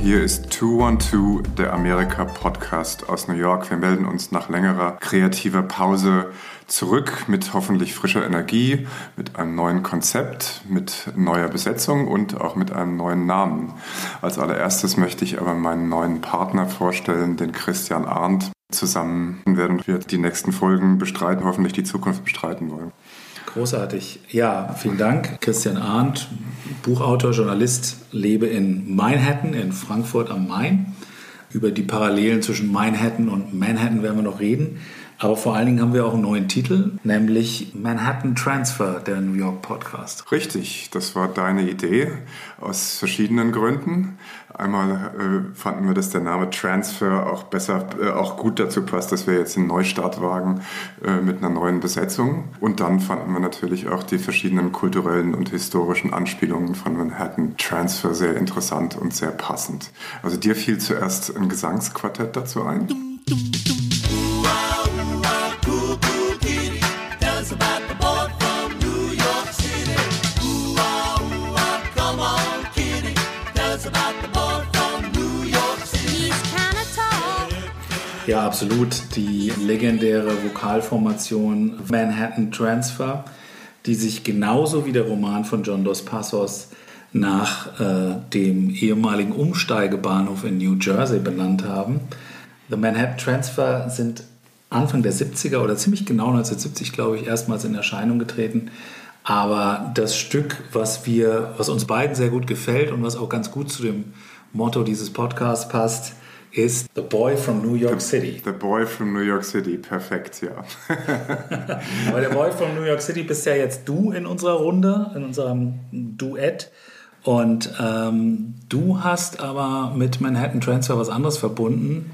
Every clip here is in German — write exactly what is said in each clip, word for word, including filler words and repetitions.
Hier ist zweihundertzwölf, der Amerika-Podcast aus New York. Wir melden uns nach längerer kreativer Pause zurück mit hoffentlich frischer Energie, mit einem neuen Konzept, mit neuer Besetzung und auch mit einem neuen Namen. Als allererstes möchte ich aber meinen neuen Partner vorstellen, den Christian Arndt. Zusammen werden wir die nächsten Folgen bestreiten, hoffentlich die Zukunft bestreiten wollen. Großartig. Ja, vielen Dank. Christian Arndt, Buchautor, Journalist, lebe in Manhattan, in Frankfurt am Main. Über die Parallelen zwischen Manhattan und Manhattan werden wir noch reden. Aber vor allen Dingen haben wir auch einen neuen Titel, nämlich Manhattan Transfer, der New York Podcast. Richtig, das war deine Idee aus verschiedenen Gründen. Einmal äh, fanden wir, dass der Name Transfer auch besser, äh, auch gut dazu passt, dass wir jetzt einen Neustart wagen äh, mit einer neuen Besetzung. Und dann fanden wir natürlich auch die verschiedenen kulturellen und historischen Anspielungen von Manhattan Transfer sehr interessant und sehr passend. Also dir fiel zuerst ein Gesangsquartett dazu ein? Dum, dum, dum. Ja, absolut. Die legendäre Vokalformation Manhattan Transfer, die sich genauso wie der Roman von John Dos Passos nach äh, dem ehemaligen Umsteigebahnhof in New Jersey benannt haben. The Manhattan Transfer sind Anfang der siebziger oder ziemlich genau neunzehnhundertsiebzig, glaube ich, erstmals in Erscheinung getreten. Aber das Stück, was wir, was uns beiden sehr gut gefällt und was auch ganz gut zu dem Motto dieses Podcasts passt, ist The Boy from New York the, City. The Boy from New York City, perfekt, ja. Aber der Boy from New York City bist ja jetzt du in unserer Runde, in unserem Duett. Und ähm, du hast aber mit Manhattan Transfer was anderes verbunden.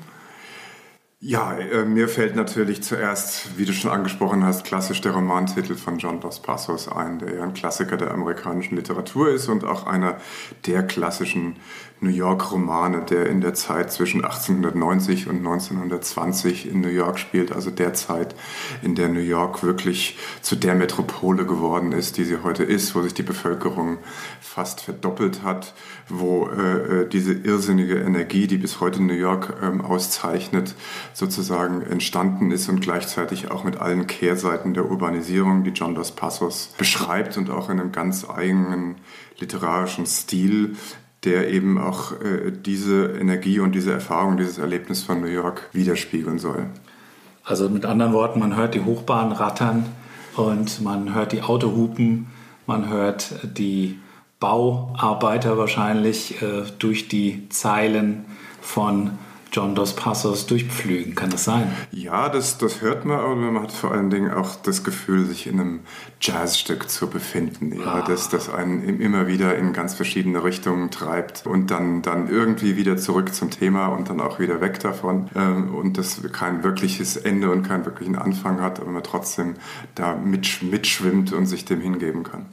Ja, äh, mir fällt natürlich zuerst, wie du schon angesprochen hast, klassisch der Romantitel von John Dos Passos ein, der ja ein Klassiker der amerikanischen Literatur ist und auch einer der klassischen New York-Romane, der in der Zeit zwischen achtzehnhundertneunzig und neunzehnhundertzwanzig in New York spielt, also der Zeit, in der New York wirklich zu der Metropole geworden ist, die sie heute ist, wo sich die Bevölkerung fast verdoppelt hat, wo äh, diese irrsinnige Energie, die bis heute New York ähm, auszeichnet, sozusagen entstanden ist und gleichzeitig auch mit allen Kehrseiten der Urbanisierung, die John Dos Passos beschreibt und auch in einem ganz eigenen literarischen Stil, der eben auch äh, diese Energie und diese Erfahrung, dieses Erlebnis von New York widerspiegeln soll. Also mit anderen Worten, man hört die Hochbahn rattern und man hört die Autohupen, man hört die Bauarbeiter wahrscheinlich äh, durch die Zeilen von John Dos Passos durchpflügen. Kann das sein? Ja, das, das hört man, aber man hat vor allen Dingen auch das Gefühl, sich in einem Jazzstück zu befinden, ja, ah. das, das einen immer wieder in ganz verschiedene Richtungen treibt und dann, dann irgendwie wieder zurück zum Thema und dann auch wieder weg davon und das kein wirkliches Ende und keinen wirklichen Anfang hat, aber man trotzdem da mit, mitschwimmt und sich dem hingeben kann.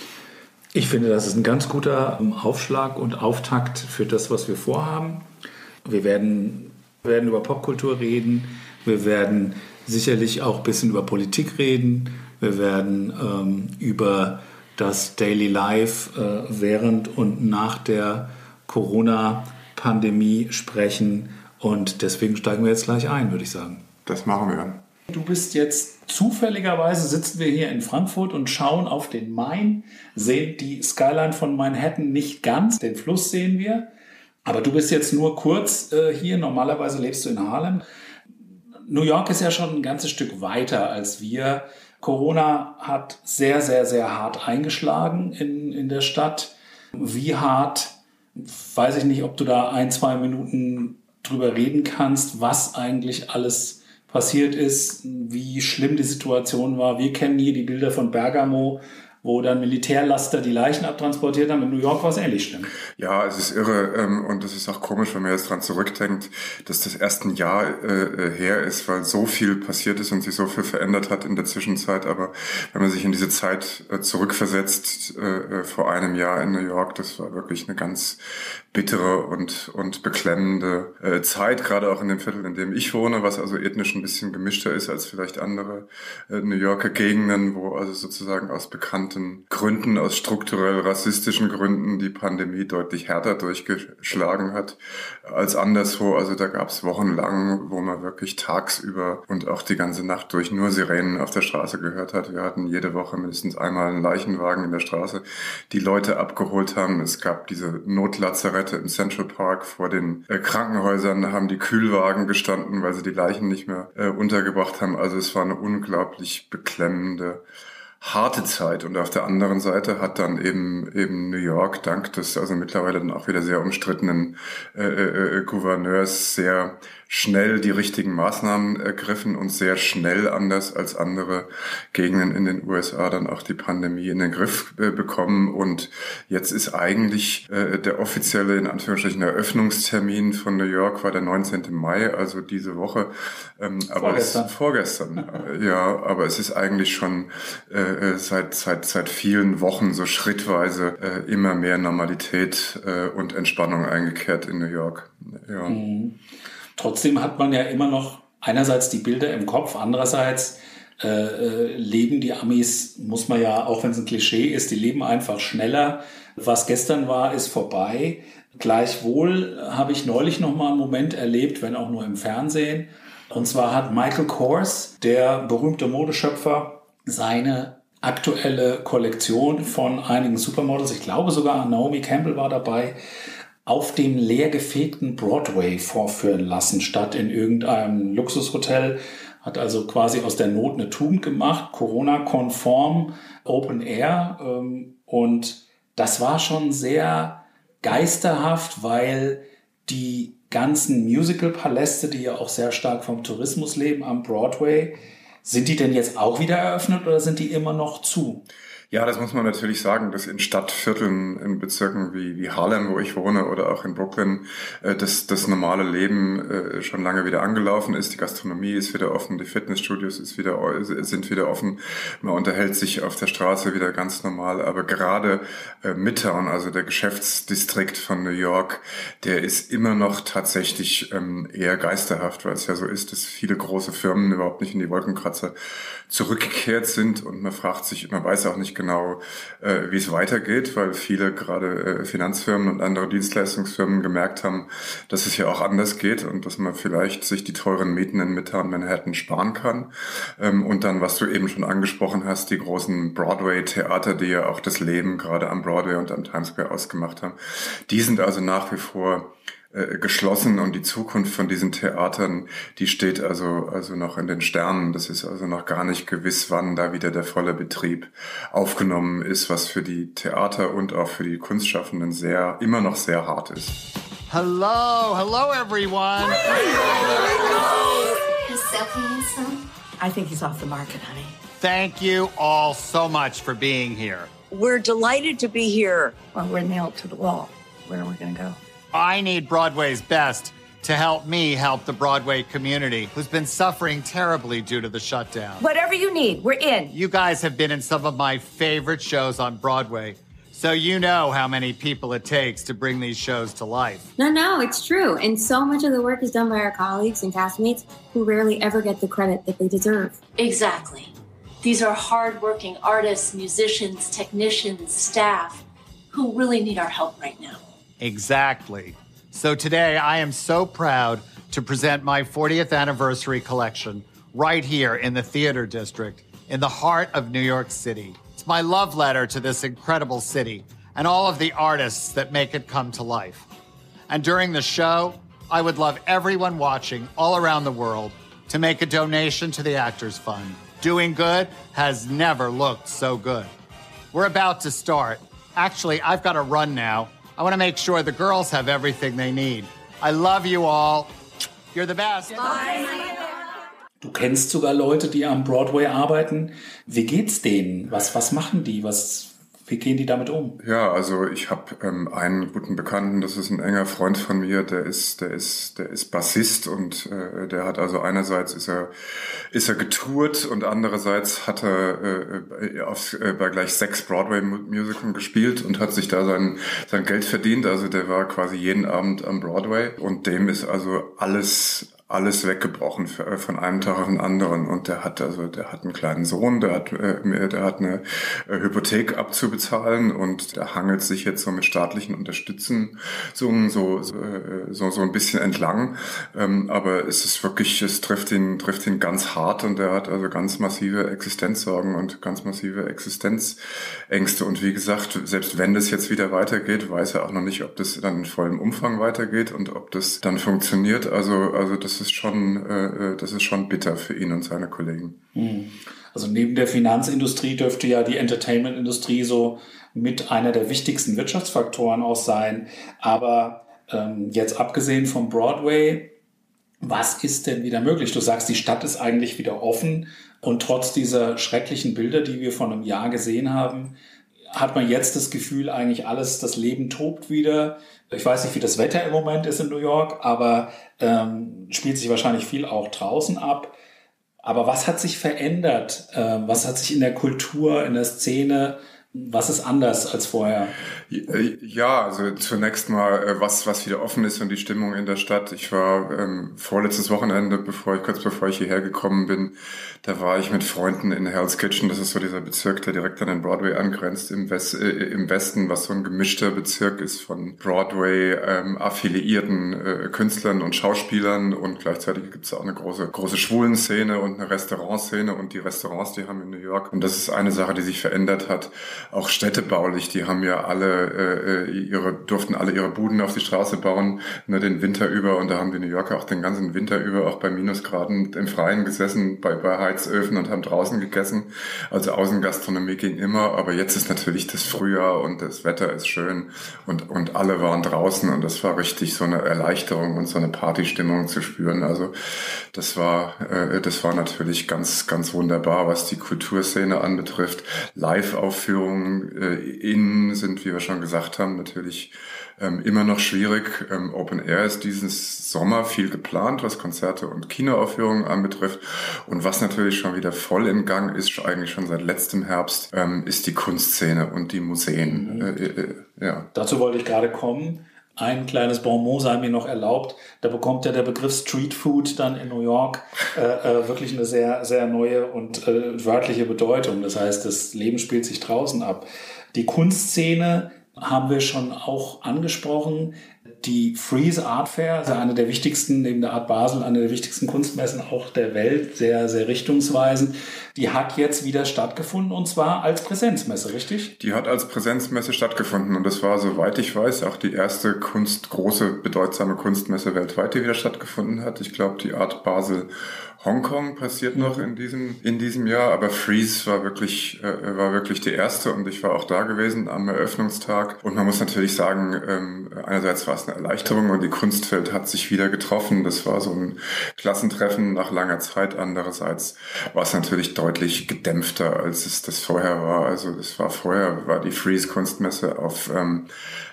Ich finde, das ist ein ganz guter Aufschlag und Auftakt für das, was wir vorhaben. Wir werden, werden über Popkultur reden, wir werden sicherlich auch ein bisschen über Politik reden, wir werden ähm, über das Daily Life äh, während und nach der Corona-Pandemie sprechen und deswegen steigen wir jetzt gleich ein, würde ich sagen. Das machen wir. Du bist jetzt zufälligerweise, sitzen wir hier in Frankfurt und schauen auf den Main, sehen die Skyline von Manhattan nicht ganz, den Fluss sehen wir. Aber du bist jetzt nur kurz äh, hier, normalerweise lebst du in Harlem. New York ist ja schon ein ganzes Stück weiter als wir. Corona hat sehr, sehr, sehr hart eingeschlagen in, in der Stadt. Wie hart, weiß ich nicht, ob du da ein, zwei Minuten drüber reden kannst, was eigentlich alles passiert ist, wie schlimm die Situation war. Wir kennen hier die Bilder von Bergamo, wo dann Militärlaster die Leichen abtransportiert haben. In New York war es ähnlich schlimm. Ja, es ist irre ähm, und es ist auch komisch, wenn man jetzt dran zurückdenkt, dass das erst ein Jahr äh, her ist, weil so viel passiert ist und sich so viel verändert hat in der Zwischenzeit. Aber wenn man sich in diese Zeit äh, zurückversetzt, äh, vor einem Jahr in New York, das war wirklich eine ganz bittere und und beklemmende äh, Zeit, gerade auch in dem Viertel, in dem ich wohne, was also ethnisch ein bisschen gemischter ist als vielleicht andere äh, New Yorker Gegenden, wo also sozusagen aus bekannt genannten Gründen, aus strukturell rassistischen Gründen, die Pandemie deutlich härter durchgeschlagen hat als anderswo. Also da gab es wochenlang, wo man wirklich tagsüber und auch die ganze Nacht durch nur Sirenen auf der Straße gehört hat. Wir hatten jede Woche mindestens einmal einen Leichenwagen in der Straße, die Leute abgeholt haben. Es gab diese Notlazarette im Central Park. Vor den äh, Krankenhäusern haben die Kühlwagen gestanden, weil sie die Leichen nicht mehr äh, untergebracht haben. Also es war eine unglaublich beklemmende, harte Zeit. Und auf der anderen Seite hat dann eben eben New York dank des also mittlerweile dann auch wieder sehr umstrittenen äh, äh, Gouverneurs sehr schnell die richtigen Maßnahmen ergriffen und sehr schnell, anders als andere Gegenden in den U S A, dann auch die Pandemie in den Griff äh, bekommen. Und jetzt ist eigentlich äh, der offizielle, in Anführungsstrichen, Eröffnungstermin von New York war der neunzehnten Mai, also diese Woche. Ähm, aber vorgestern. Es, vorgestern. Ja, aber es ist eigentlich schon äh, seit seit seit vielen Wochen so schrittweise äh, immer mehr Normalität äh, und Entspannung eingekehrt in New York. Ja. Mhm. Trotzdem hat man ja immer noch einerseits die Bilder im Kopf, andererseits äh, leben die Amis, muss man ja, auch wenn es ein Klischee ist, die leben einfach schneller. Was gestern war, ist vorbei. Gleichwohl habe ich neulich noch mal einen Moment erlebt, wenn auch nur im Fernsehen. Und zwar hat Michael Kors, der berühmte Modeschöpfer, seine aktuelle Kollektion von einigen Supermodels, ich glaube sogar Naomi Campbell war dabei, auf dem leergefegten Broadway vorführen lassen, statt in irgendeinem Luxushotel. Hat also quasi aus der Not eine Tugend gemacht, Corona-konform, Open Air. Und das war schon sehr geisterhaft, weil die ganzen Musical-Paläste, die ja auch sehr stark vom Tourismus leben am Broadway, sind die denn jetzt auch wieder eröffnet oder sind die immer noch zu? Ja, das muss man natürlich sagen, dass in Stadtvierteln, in Bezirken wie, wie Harlem, wo ich wohne, oder auch in Brooklyn, äh, das, das normale Leben äh, schon lange wieder angelaufen ist. Die Gastronomie ist wieder offen, die Fitnessstudios ist wieder, sind wieder offen. Man unterhält sich auf der Straße wieder ganz normal. Aber gerade äh, Midtown, also der Geschäftsdistrikt von New York, der ist immer noch tatsächlich ähm, eher geisterhaft, weil es ja so ist, dass viele große Firmen überhaupt nicht in die Wolkenkratzer zurückgekehrt sind. Und man fragt sich, man weiß auch nicht genau, äh, wie es weitergeht, weil viele gerade äh, Finanzfirmen und andere Dienstleistungsfirmen gemerkt haben, dass es ja auch anders geht und dass man vielleicht sich die teuren Mieten in Midtown Manhattan sparen kann. Ähm, und dann, was du eben schon angesprochen hast, die großen Broadway-Theater, die ja auch das Leben gerade am Broadway und am Times Square ausgemacht haben, die sind also nach wie vor geschlossen und die Zukunft von diesen Theatern, die steht also also noch in den Sternen. Das ist also noch gar nicht gewiss, wann da wieder der volle Betrieb aufgenommen ist, was für die Theater und auch für die Kunstschaffenden sehr immer noch sehr hart ist. Hello, hello everyone. He's so handsome. I think he's off the market, honey. Thank you all so much for being here. We're delighted to be here. Well, we're nailed to the wall. Where are we going to go? I need Broadway's best to help me help the Broadway community, who's been suffering terribly due to the shutdown. Whatever you need, we're in. You guys have been in some of my favorite shows on Broadway, so you know how many people it takes to bring these shows to life. No, no, it's true. And so much of the work is done by our colleagues and castmates who rarely ever get the credit that they deserve. Exactly. These are hardworking artists, musicians, technicians, staff who really need our help right now. Exactly. So today I am so proud to present my fortieth anniversary collection right here in the Theater District in the heart of New York City. It's my love letter to this incredible city and all of the artists that make it come to life. And during the show, I would love everyone watching all around the world to make a donation to the Actors Fund. Doing good has never looked so good. We're about to start. Actually, I've got to run now. I want to make sure the girls have everything they need. I love you all. You're the best. Bye. Du kennst sogar Leute, die am Broadway arbeiten. Wie geht's denen? Was, was machen die? Was, wie gehen die damit um? Ja, also ich habe ähm, einen guten Bekannten, das ist ein enger Freund von mir, der ist, der ist, der ist Bassist und äh, der hat also einerseits ist er, ist er getourt und andererseits hat er äh, auf, äh, bei gleich sechs Broadway-Musicals gespielt und hat sich da sein, sein Geld verdient. Also der war quasi jeden Abend am Broadway und dem ist also alles alles weggebrochen für, von einem Tag auf den anderen. Und der hat also, der hat einen kleinen Sohn, der hat, äh, der hat eine äh, Hypothek abzubezahlen und der hangelt sich jetzt so mit staatlichen Unterstützungen so, so, so, so ein bisschen entlang. Ähm, aber es ist wirklich, es trifft ihn, trifft ihn ganz hart und er hat also ganz massive Existenzsorgen und ganz massive Existenzängste. Und wie gesagt, selbst wenn das jetzt wieder weitergeht, weiß er auch noch nicht, ob das dann in vollem Umfang weitergeht und ob das dann funktioniert. Also, also das ist schon, äh, das ist schon bitter für ihn und seine Kollegen. Also neben der Finanzindustrie dürfte ja die Entertainment-Industrie so mit einer der wichtigsten Wirtschaftsfaktoren auch sein. Aber ähm, jetzt abgesehen vom Broadway, was ist denn wieder möglich? Du sagst, die Stadt ist eigentlich wieder offen und trotz dieser schrecklichen Bilder, die wir vor einem Jahr gesehen haben, hat man jetzt das Gefühl, eigentlich alles, das Leben tobt wieder. Ich weiß nicht, wie das Wetter im Moment ist in New York, aber ähm, spielt sich wahrscheinlich viel auch draußen ab. Aber was hat sich verändert? Ähm, was hat sich in der Kultur, in der Szene, was ist anders als vorher? Ja, also zunächst mal, was was wieder offen ist und die Stimmung in der Stadt. Ich war ähm, vorletztes Wochenende, bevor ich kurz bevor ich hierher gekommen bin, da war ich mit Freunden in Hell's Kitchen. Das ist so dieser Bezirk, der direkt an den Broadway angrenzt im, West, äh, im Westen, was so ein gemischter Bezirk ist von Broadway ähm, affiliierten äh, Künstlern und Schauspielern und gleichzeitig gibt es auch eine große große Schwulenszene und eine Restaurantszene und die Restaurants, die haben in New York und das ist eine Sache, die sich verändert hat. Auch städtebaulich, die haben ja alle äh, ihre durften alle ihre Buden auf die Straße bauen, ne, den Winter über und da haben die New Yorker auch den ganzen Winter über auch bei Minusgraden im Freien gesessen, bei, bei Heizöfen und haben draußen gegessen. Also Außengastronomie ging immer, aber jetzt ist natürlich das Frühjahr und das Wetter ist schön und und alle waren draußen und das war richtig so eine Erleichterung und so eine Partystimmung zu spüren. Also das war äh, das war natürlich ganz ganz wunderbar, was die Kulturszene anbetrifft. Live-Aufführungen innen sind, wie wir schon gesagt haben, natürlich ähm, immer noch schwierig. Ähm, Open Air ist diesen Sommer viel geplant, was Konzerte und Kinoaufführungen anbetrifft. Und was natürlich schon wieder voll im Gang ist, eigentlich schon seit letztem Herbst, ähm, ist die Kunstszene und die Museen. Mhm. Äh, äh, ja. Dazu wollte ich gerade kommen. Ein kleines Bonmot sei mir noch erlaubt. Da bekommt ja der Begriff Street Food dann in New York äh, äh, wirklich eine sehr, sehr neue und äh, wörtliche Bedeutung. Das heißt, das Leben spielt sich draußen ab. Die Kunstszene haben wir schon auch angesprochen. Die Frieze Art Fair, also eine der wichtigsten, neben der Art Basel, eine der wichtigsten Kunstmessen auch der Welt, sehr, sehr richtungsweisend. Die hat jetzt wieder stattgefunden und zwar als Präsenzmesse, richtig? Die hat als Präsenzmesse stattgefunden und das war, soweit ich weiß, auch die erste Kunst, große, bedeutsame Kunstmesse weltweit, die wieder stattgefunden hat. Ich glaube, die Art Basel Hongkong passiert noch in diesem in diesem Jahr, aber Frieze war wirklich äh, war wirklich die erste und ich war auch da gewesen am Eröffnungstag und man muss natürlich sagen, ähm, einerseits war es eine Erleichterung und die Kunstwelt hat sich wieder getroffen. Das war so ein Klassentreffen nach langer Zeit. Andererseits war es natürlich deutlich gedämpfter, als es das vorher war. Also das war vorher war die Frieze Kunstmesse auf ähm,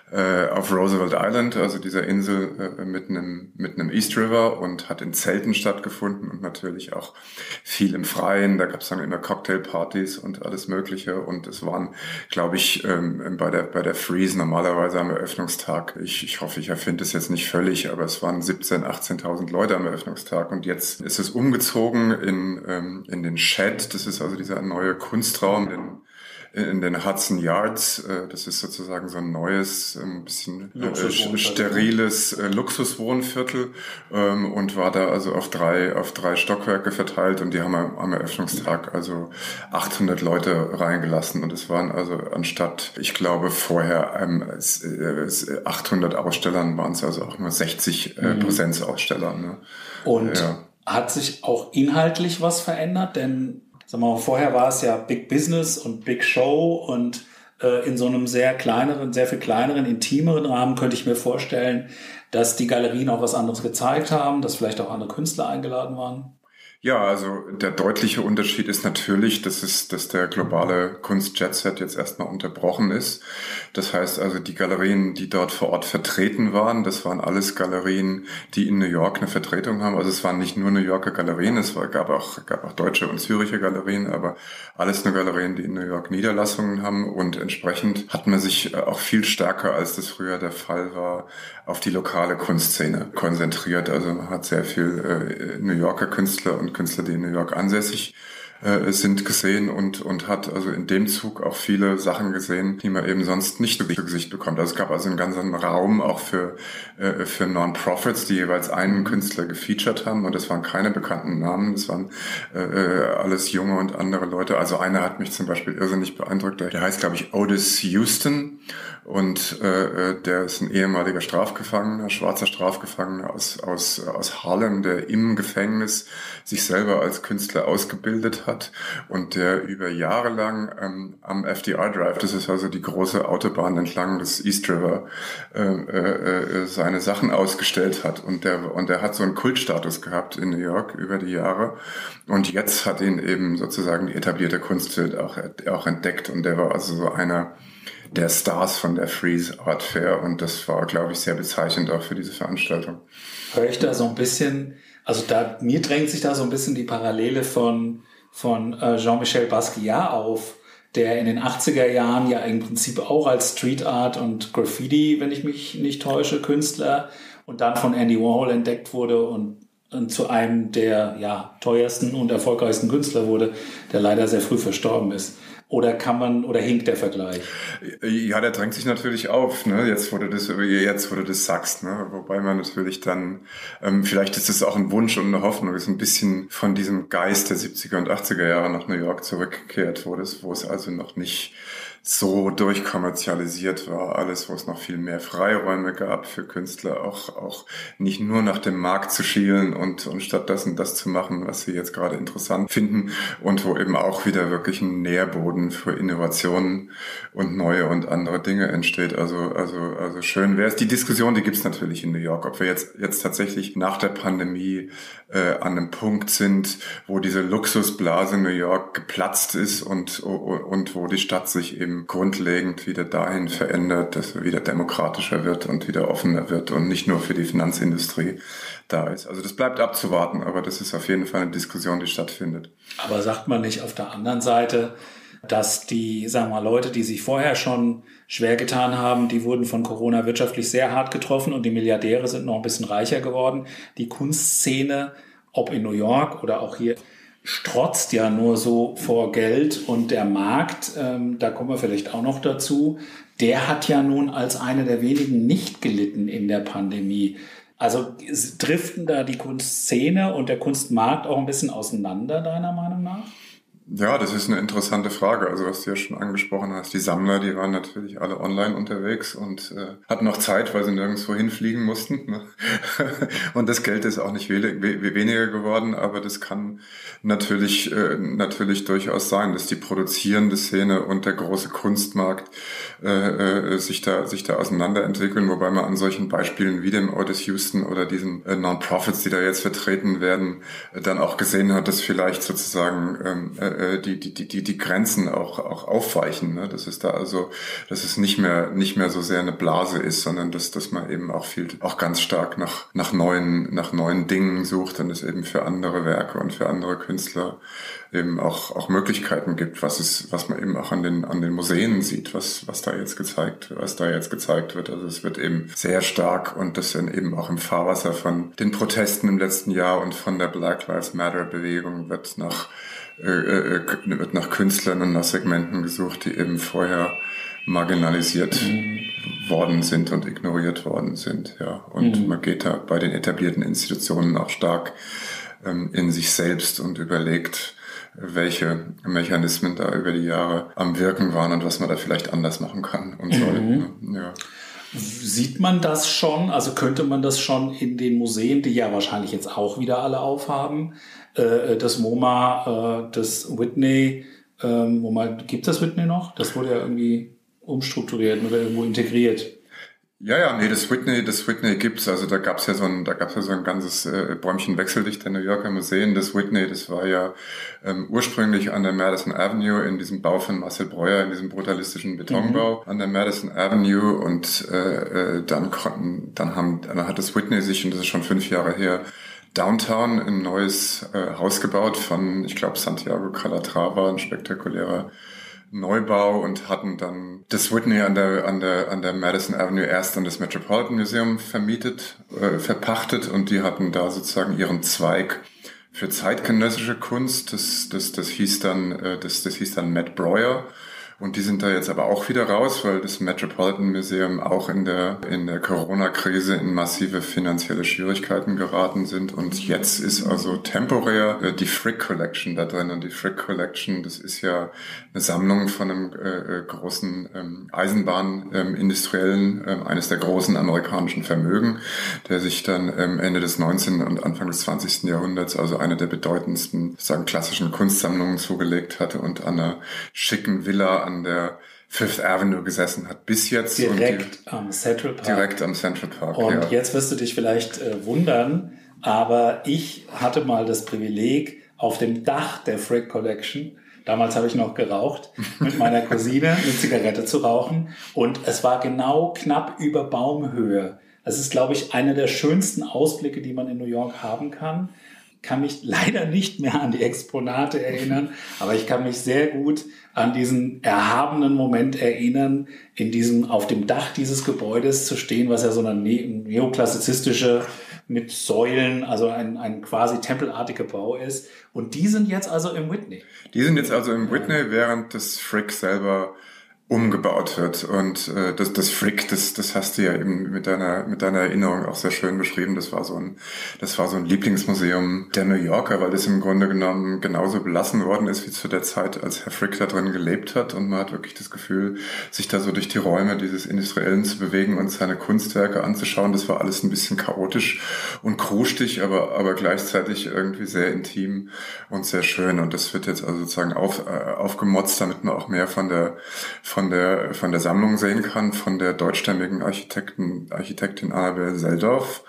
auf Roosevelt Island, also dieser Insel äh, mitten im, mitten im East River und hat in Zelten stattgefunden und natürlich auch viel im Freien. Da gab es dann immer Cocktailpartys und alles Mögliche und es waren, glaube ich, ähm, bei der bei der Frieze normalerweise am Eröffnungstag, ich, ich hoffe, ich erfinde es jetzt nicht völlig, aber es waren siebzehntausend, achtzehntausend Leute am Eröffnungstag und jetzt ist es umgezogen in ähm, in den Shed, das ist also dieser neue Kunstraum, den in den Hudson Yards. Das ist sozusagen so ein neues, ein bisschen äh, steriles äh, Luxuswohnviertel ähm, und war da also auf drei auf drei Stockwerke verteilt und die haben am Eröffnungstag also achthundert Leute reingelassen und es waren also anstatt, ich glaube vorher ähm, achthundert Ausstellern waren es also auch nur sechzig äh, mhm. Präsenzaussteller. Ne? Und ja. Hat sich auch inhaltlich was verändert? Denn Sag mal, vorher war es ja Big Business und Big Show und äh, in so einem sehr kleineren, sehr viel kleineren, intimeren Rahmen könnte ich mir vorstellen, dass die Galerien auch was anderes gezeigt haben, dass vielleicht auch andere Künstler eingeladen waren. Ja, also der deutliche Unterschied ist natürlich, dass es, dass der globale Kunst-Jet-Set jetzt erstmal unterbrochen ist. Das heißt also, die Galerien, die dort vor Ort vertreten waren, das waren alles Galerien, die in New York eine Vertretung haben. Also es waren nicht nur New Yorker Galerien, es war, gab auch, gab auch deutsche und Züricher Galerien, aber alles nur Galerien, die in New York Niederlassungen haben, und entsprechend hat man sich auch viel stärker, als das früher der Fall war, auf die lokale Kunstszene konzentriert. Also man hat sehr viel äh, New Yorker Künstler und Künstler, die in New York ansässig äh, sind, gesehen und und hat also in dem Zug auch viele Sachen gesehen, die man eben sonst nicht zu Gesicht bekommt. Also es gab also einen ganzen Raum auch für äh, für Non-Profits, die jeweils einen Künstler gefeatured haben, und das waren keine bekannten Namen, das waren äh, alles junge und andere Leute. Also einer hat mich zum Beispiel irrsinnig beeindruckt, der heißt, glaube ich, Otis Houston, und äh, der ist ein ehemaliger Strafgefangener, schwarzer Strafgefangener aus aus aus Harlem, der im Gefängnis sich selber als Künstler ausgebildet hat und der über Jahre lang ähm, am F D R Drive, das ist also die große Autobahn entlang des East River, äh, äh, seine Sachen ausgestellt hat, und der und der hat so einen Kultstatus gehabt in New York über die Jahre, und jetzt hat ihn eben sozusagen die etablierte Kunstwelt auch auch entdeckt, und der war also so einer der Stars von der Frieze Art Fair, und das war, glaube ich, sehr bezeichnend auch für diese Veranstaltung. Höre ich da so ein bisschen, also da mir drängt sich da so ein bisschen die Parallele von von äh, Jean-Michel Basquiat auf, der in den achtziger Jahren ja im Prinzip auch als Street Art und Graffiti, wenn ich mich nicht täusche, Künstler, und dann von Andy Warhol entdeckt wurde und, und zu einem der ja teuersten und erfolgreichsten Künstler wurde, der leider sehr früh verstorben ist. Oder kann man, oder hinkt der Vergleich? Ja, der drängt sich natürlich auf, ne? Jetzt, wo du das, jetzt, wo du das sagst, ne? Wobei man natürlich dann, ähm, vielleicht ist es auch ein Wunsch und eine Hoffnung, ist ein bisschen von diesem Geist der siebziger und achtziger Jahre nach New York zurückgekehrt, wo das, wo es also noch nicht so durchkommerzialisiert war, alles, wo es noch viel mehr Freiräume gab für Künstler, auch auch nicht nur nach dem Markt zu schielen und und stattdessen das zu machen, was sie jetzt gerade interessant finden, und wo eben auch wieder wirklich ein Nährboden für Innovationen und neue und andere Dinge entsteht. Also also also schön wäre es. Die Diskussion, die gibt's natürlich in New York, ob wir jetzt jetzt tatsächlich nach der Pandemie äh, an einem Punkt sind, wo diese Luxusblase New York geplatzt ist und und wo die Stadt sich eben grundlegend wieder dahin verändert, dass er wieder demokratischer wird und wieder offener wird und nicht nur für die Finanzindustrie da ist. Also das bleibt abzuwarten, aber das ist auf jeden Fall eine Diskussion, die stattfindet. Aber sagt man nicht auf der anderen Seite, dass die, sagen wir mal, Leute, die sich vorher schon schwer getan haben, die wurden von Corona wirtschaftlich sehr hart getroffen und die Milliardäre sind noch ein bisschen reicher geworden. Die Kunstszene, ob in New York oder auch hier, strotzt ja nur so vor Geld, und der Markt, ähm, da kommen wir vielleicht auch noch dazu, der hat ja nun als eine der wenigen nicht gelitten in der Pandemie. Also driften da die Kunstszene und der Kunstmarkt auch ein bisschen auseinander, deiner Meinung nach? Ja, das ist eine interessante Frage. Also was du ja schon angesprochen hast, die Sammler, die waren natürlich alle online unterwegs und äh, hatten noch Zeit, weil sie nirgendwo hinfliegen mussten. Ne? Und das Geld ist auch nicht we- we- weniger geworden, aber das kann natürlich äh, natürlich durchaus sein, dass die produzierende Szene und der große Kunstmarkt äh, äh, sich da sich da auseinanderentwickeln, wobei man an solchen Beispielen wie dem Otis Houston oder diesen äh, Non-Profits, die da jetzt vertreten werden, äh, dann auch gesehen hat, dass vielleicht sozusagen ähm, äh, die die die die Grenzen auch auch aufweichen, ne? Dass es da also, dass es nicht mehr nicht mehr so sehr eine Blase ist, sondern dass dass man eben auch viel auch ganz stark nach nach neuen nach neuen Dingen sucht und es eben für andere Werke und für andere Künstler eben auch auch Möglichkeiten gibt, was es was man eben auch an den an den Museen sieht, was was da jetzt gezeigt was da jetzt gezeigt wird. Also es wird eben sehr stark, und das dann eben auch im Fahrwasser von den Protesten im letzten Jahr und von der Black Lives Matter Bewegung wird nach Äh, wird nach Künstlern und nach Segmenten gesucht, die eben vorher marginalisiert mhm. worden sind und ignoriert worden sind. Ja. Und mhm. man geht da bei den etablierten Institutionen auch stark ähm, in sich selbst und überlegt, welche Mechanismen da über die Jahre am Wirken waren und was man da vielleicht anders machen kann und soll. Mhm. Ja. Sieht man das schon? Also könnte man das schon in den Museen, die ja wahrscheinlich jetzt auch wieder alle aufhaben, äh, das MoMA, äh, das Whitney, ähm, MoMA, gibt das Whitney noch? Das wurde ja irgendwie umstrukturiert oder irgendwo integriert. Ja, ja, nee, das Whitney, das Whitney gibt's. Also da gab's ja so ein, da gab's ja so ein ganzes äh, Bäumchen wechseldicht der New Yorker Museen. Das Whitney, das war ja ähm, ursprünglich an der Madison Avenue in diesem Bau von Marcel Breuer, in diesem brutalistischen Betonbau mhm. an der Madison Avenue. Und äh, äh, dann konnten, dann haben, dann hat das Whitney sich, und das ist schon fünf Jahre her, Downtown ein neues äh, Haus gebaut von, ich glaube, Santiago Calatrava, ein spektakulärer Neubau, und hatten dann das Whitney an der an der an der Madison Avenue erst an das Metropolitan Museum vermietet, äh, verpachtet, und die hatten da sozusagen ihren Zweig für zeitgenössische Kunst. Das das das hieß dann äh, das das hieß dann Met Breuer. Und die sind da jetzt aber auch wieder raus, weil das Metropolitan Museum auch in der in der Corona-Krise in massive finanzielle Schwierigkeiten geraten sind. Und jetzt ist also temporär äh, die Frick Collection da drin. Und die Frick Collection, das ist ja eine Sammlung von einem äh, großen ähm, Eisenbahnindustriellen, äh, eines der großen amerikanischen Vermögen, der sich dann ähm, Ende des neunzehnten und Anfang des zwanzigsten Jahrhunderts also eine der bedeutendsten, sagen, klassischen Kunstsammlungen zugelegt hatte und an einer schicken Villa an der Fifth Avenue gesessen hat bis jetzt. Direkt und die, am Central Park. Direkt am Central Park, Und ja. Jetzt wirst du dich vielleicht äh, wundern, aber ich hatte mal das Privileg, auf dem Dach der Frick Collection, damals habe ich noch geraucht, mit meiner Cousine eine Zigarette zu rauchen, und es war genau knapp über Baumhöhe. Das ist, glaube ich, einer der schönsten Ausblicke, die man in New York haben kann. Kann mich leider nicht mehr an die Exponate erinnern, aber ich kann mich sehr gut an diesen erhabenen Moment erinnern, in diesem, auf dem Dach dieses Gebäudes zu stehen, was ja so eine ne- neoklassizistische mit Säulen, also ein, ein quasi tempelartiger Bau ist. Und die sind jetzt also im Whitney. Die sind jetzt also im Whitney, während das Frick selber umgebaut wird. Und äh, das, das Frick, das, das hast du ja eben mit deiner mit deiner Erinnerung auch sehr schön beschrieben. Das war so ein, das war so ein Lieblingsmuseum der New Yorker, weil das im Grunde genommen genauso belassen worden ist wie zu der Zeit, als Herr Frick da drin gelebt hat. Und man hat wirklich das Gefühl, sich da so durch die Räume dieses Industriellen zu bewegen und seine Kunstwerke anzuschauen. Das war alles ein bisschen chaotisch und krustig, aber aber gleichzeitig irgendwie sehr intim und sehr schön. Und das wird jetzt also sozusagen auf, äh, aufgemotzt, damit man auch mehr von der von von der von der Sammlung sehen kann, von der deutschstämmigen Architekten, Architektin Annabel Seldorf.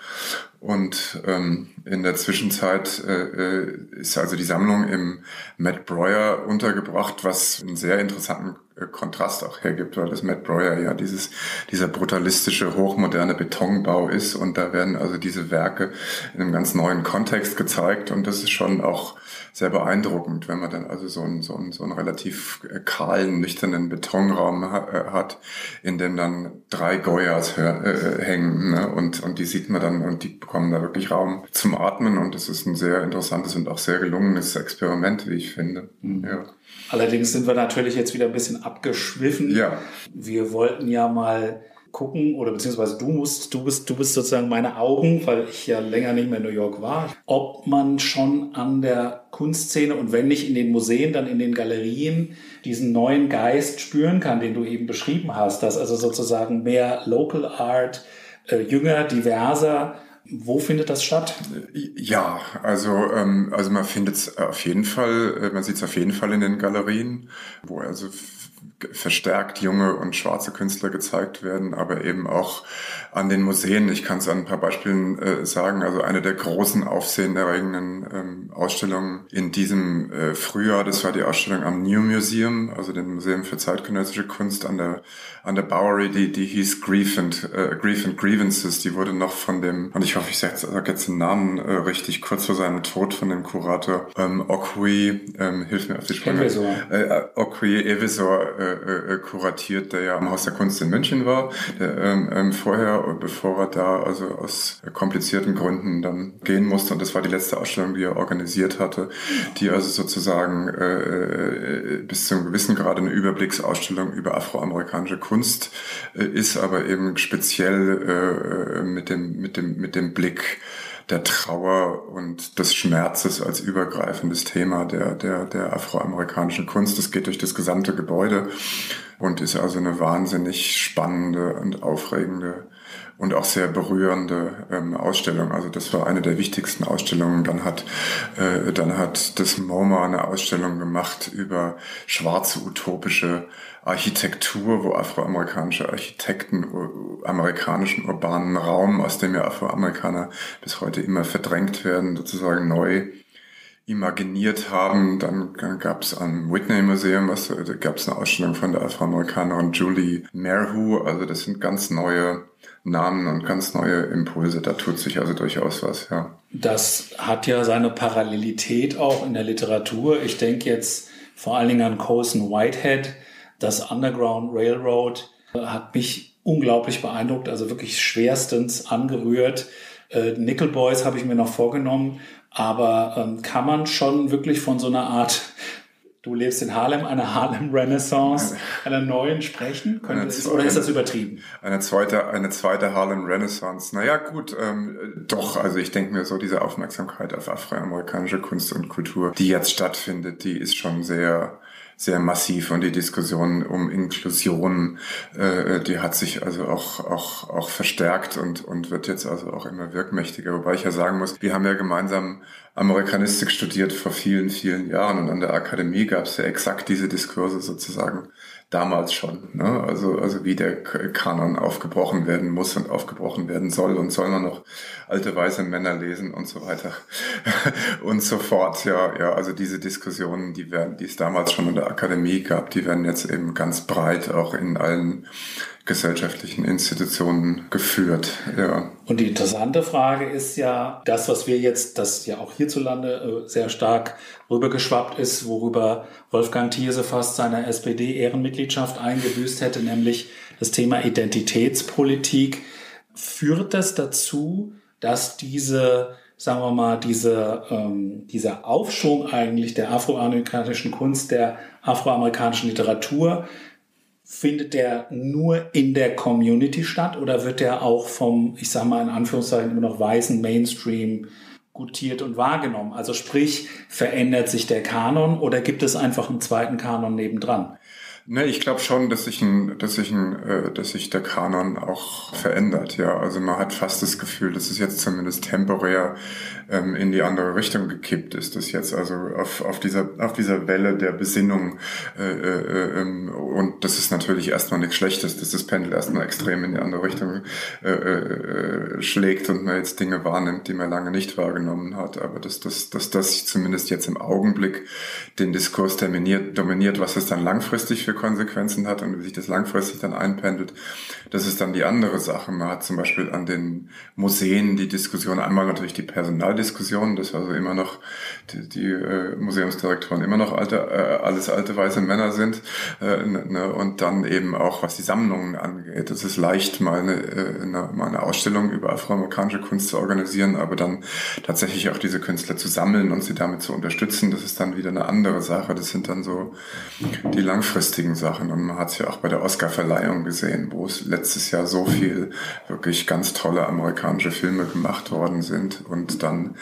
Und ähm, in der Zwischenzeit äh, ist also die Sammlung im Met Breuer untergebracht, was einen sehr interessanten äh, Kontrast auch hergibt, weil das Met Breuer ja dieses dieser brutalistische, hochmoderne Betonbau ist, und da werden also diese Werke in einem ganz neuen Kontext gezeigt, und das ist schon auch sehr beeindruckend, wenn man dann also so einen, so einen, so einen relativ kahlen, nüchternen Betonraum ha- hat, in dem dann drei Goyas äh, hängen, ne? und und die sieht man dann, und die bekommen da wirklich Raum zum Atmen, und das ist ein sehr interessantes und auch sehr gelungenes Experiment, wie ich finde. Mhm. Ja. Allerdings sind wir natürlich jetzt wieder ein bisschen abgeschwiffen. Ja. Wir wollten ja mal gucken, oder beziehungsweise du musst, du bist, du bist sozusagen meine Augen, weil ich ja länger nicht mehr in New York war, ob man schon an der Kunstszene, und wenn nicht in den Museen, dann in den Galerien, diesen neuen Geist spüren kann, den du eben beschrieben hast, dass also sozusagen mehr Local Art, äh, jünger, diverser. Wo findet das statt? Ja, also ähm, also man findet es auf jeden Fall, man sieht es auf jeden Fall in den Galerien, wo also verstärkt junge und schwarze Künstler gezeigt werden, aber eben auch an den Museen. Ich kann es an ein paar Beispielen äh, sagen. Also eine der großen aufsehenerregenden ähm, Ausstellungen in diesem äh, Frühjahr, das war die Ausstellung am New Museum, also dem Museum für zeitgenössische Kunst an der an der Bowery, die die hieß Grief and äh, Grief and Grievances. Die wurde noch von dem, und ich hoffe, ich sage jetzt den Namen äh, richtig, kurz vor seinem Tod von dem Kurator ähm, Okwi, ähm, hilf mir auf die Sprünge, äh, Okwi Evisor äh, äh, kuratiert, der ja am Haus der Kunst in München war, der ähm, ähm, vorher, bevor er da also aus komplizierten Gründen dann gehen musste. Und das war die letzte Ausstellung, die er organisiert hatte, die also sozusagen äh, bis zu einem gewissen Grad eine Überblicksausstellung über afroamerikanische Kunst äh, ist, aber eben speziell äh, mit dem mit dem mit dem Blick der Trauer und des Schmerzes als übergreifendes Thema der, der, der afroamerikanischen Kunst. Das geht durch das gesamte Gebäude und ist also eine wahnsinnig spannende und aufregende und auch sehr berührende ähm, Ausstellung. Also das war eine der wichtigsten Ausstellungen. Dann hat äh, dann hat das MoMA eine Ausstellung gemacht über schwarze utopische Architektur, wo afroamerikanische Architekten amerikanischen urbanen Raum, aus dem ja Afroamerikaner bis heute immer verdrängt werden, sozusagen neu imaginiert haben. Dann gab es am Whitney Museum, was, da gab es eine Ausstellung von der Afroamerikanerin Julie Merhu. Also das sind ganz neue Namen und ganz neue Impulse. Da tut sich also durchaus was, ja. Das hat ja seine Parallelität auch in der Literatur. Ich denke jetzt vor allen Dingen an Colson Whitehead. Das Underground Railroad hat mich unglaublich beeindruckt, also wirklich schwerstens angerührt. Äh, Nickel Boys habe ich mir noch vorgenommen, aber ähm, kann man schon wirklich von so einer Art, du lebst in Harlem, einer Harlem-Renaissance, einer neuen sprechen? Könnte das, oder ist das übertrieben? Eine zweite, eine zweite Harlem-Renaissance. Naja, gut, ähm, doch, also ich denke mir so, diese Aufmerksamkeit auf afroamerikanische Kunst und Kultur, die jetzt stattfindet, die ist schon sehr... sehr massiv und die Diskussion um Inklusion, äh, die hat sich also auch auch auch verstärkt und und wird jetzt also auch immer wirkmächtiger. Wobei ich ja sagen muss, wir haben ja gemeinsam Amerikanistik studiert vor vielen, vielen Jahren und an der Akademie gab es ja exakt diese Diskurse sozusagen damals schon. Ne? Also also wie der Kanon aufgebrochen werden muss und aufgebrochen werden soll und soll man noch alte weiße Männer lesen und so weiter und so fort. Ja, ja, also diese Diskussionen, die werden, die es damals schon in der Akademie gab, die werden jetzt eben ganz breit auch in allen gesellschaftlichen Institutionen geführt. Ja. Und die interessante Frage ist ja, das, was wir jetzt, das ja auch hierzulande sehr stark rübergeschwappt ist, worüber Wolfgang Thierse fast seine S P D-Ehrenmitgliedschaft eingebüßt hätte, nämlich das Thema Identitätspolitik. Führt das dazu, dass diese, sagen wir mal, diese, ähm, dieser Aufschwung eigentlich der afroamerikanischen Kunst, der afroamerikanischen Literatur, findet der nur in der Community statt oder wird der auch vom, ich sage mal in Anführungszeichen, immer noch weißen Mainstream gutiert und wahrgenommen? Also sprich, verändert sich der Kanon oder gibt es einfach einen zweiten Kanon nebendran? Ne, ich glaube schon, dass sich ein, dass sich ein, äh, dass sich der Kanon auch verändert. Ja, also man hat fast das Gefühl, dass es jetzt zumindest temporär ähm, in die andere Richtung gekippt ist. Dass jetzt also auf auf dieser auf dieser Welle der Besinnung äh, äh, äh, und das ist natürlich erstmal nichts Schlechtes, dass das Pendel erstmal extrem in die andere Richtung äh, äh, schlägt und man jetzt Dinge wahrnimmt, die man lange nicht wahrgenommen hat. Aber dass das dass das zumindest jetzt im Augenblick den Diskurs dominiert, dominiert, was es dann langfristig für Konsequenzen hat und wie sich das langfristig dann einpendelt, das ist dann die andere Sache. Man hat zum Beispiel an den Museen die Diskussion, einmal natürlich die Personaldiskussion, dass also immer noch die, die äh, Museumsdirektoren immer noch alte, äh, alles alte weiße Männer sind äh, ne, und dann eben auch, was die Sammlungen angeht. Es ist leicht, mal eine, äh, eine, mal eine Ausstellung über afroamerikanische Kunst zu organisieren, aber dann tatsächlich auch diese Künstler zu sammeln und sie damit zu unterstützen, das ist dann wieder eine andere Sache. Das sind dann so die langfristigen Sachen und man hat es ja auch bei der Oscar-Verleihung gesehen, wo es letztes Jahr so viel wirklich ganz tolle amerikanische Filme gemacht worden sind und dann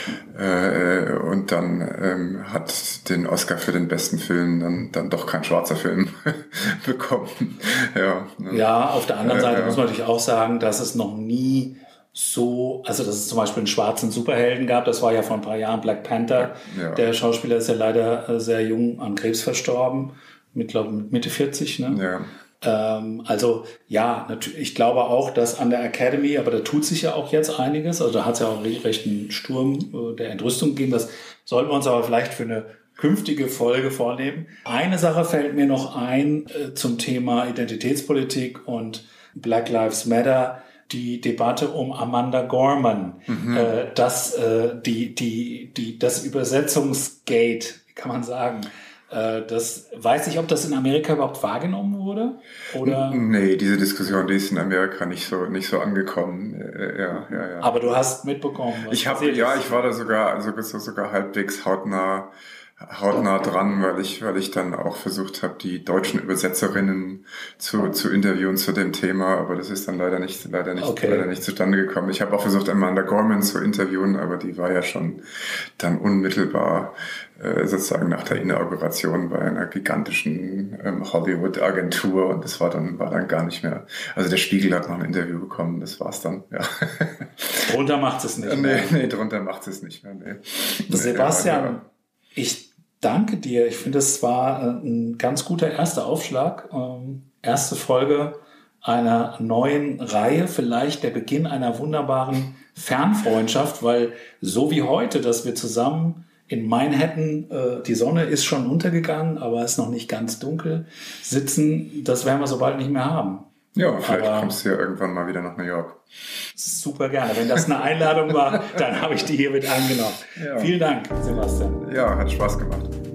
äh, und dann ähm, hat den Oscar für den besten Film dann dann doch kein schwarzer Film bekommen. Ja, ne? Ja, auf der anderen äh, Seite ja. muss man natürlich auch sagen, dass es noch nie so, also dass es zum Beispiel einen schwarzen Superhelden gab, das war ja vor ein paar Jahren Black Panther. Ja. Der Schauspieler ist ja leider sehr jung an Krebs verstorben. Mit, glaube ich, Mitte vierzig, ne? Ja. Ähm, also, ja, natürlich, ich glaube auch, dass an der Academy, aber da tut sich ja auch jetzt einiges, also da hat es ja auch recht einen Sturm äh, der Entrüstung gegeben, das sollten wir uns aber vielleicht für eine künftige Folge vornehmen. Eine Sache fällt mir noch ein äh, zum Thema Identitätspolitik und Black Lives Matter, die Debatte um Amanda Gorman, mhm. äh, das, äh, die, die, die, das Übersetzungsgate, kann man sagen. Das weiß ich, ob das in Amerika überhaupt wahrgenommen wurde, oder? Nee, diese Diskussion, die ist in Amerika nicht so nicht so angekommen. Ja, ja, ja. Aber du hast mitbekommen, was ich habe ja, ich war da sogar also sogar halbwegs hautnah hautnah dran, weil ich, weil ich dann auch versucht habe, die deutschen Übersetzerinnen zu, zu interviewen zu dem Thema, aber das ist dann leider nicht, leider nicht, okay. leider nicht zustande gekommen. Ich habe auch versucht, Amanda Gorman zu interviewen, aber die war ja schon dann unmittelbar äh, sozusagen nach der Inauguration bei einer gigantischen ähm, Hollywood-Agentur und das war dann, war dann gar nicht mehr. Also der Spiegel hat noch ein Interview bekommen, das war's dann, ja. Drunter macht es nicht mehr. Nee, nee, drunter macht es nicht mehr, nee. Sebastian, ja, ich danke dir. Ich finde, es war ein ganz guter erster Aufschlag. Ähm, erste Folge einer neuen Reihe, vielleicht der Beginn einer wunderbaren Fernfreundschaft, weil so wie heute, dass wir zusammen in Manhattan, äh, die Sonne ist schon untergegangen, aber ist noch nicht ganz dunkel, sitzen, das werden wir so bald nicht mehr haben. Ja, vielleicht aber kommst du ja irgendwann mal wieder nach New York. Super gerne. Wenn das eine Einladung war, dann habe ich die hiermit angenommen. Ja. Vielen Dank, Sebastian. Ja, hat Spaß gemacht.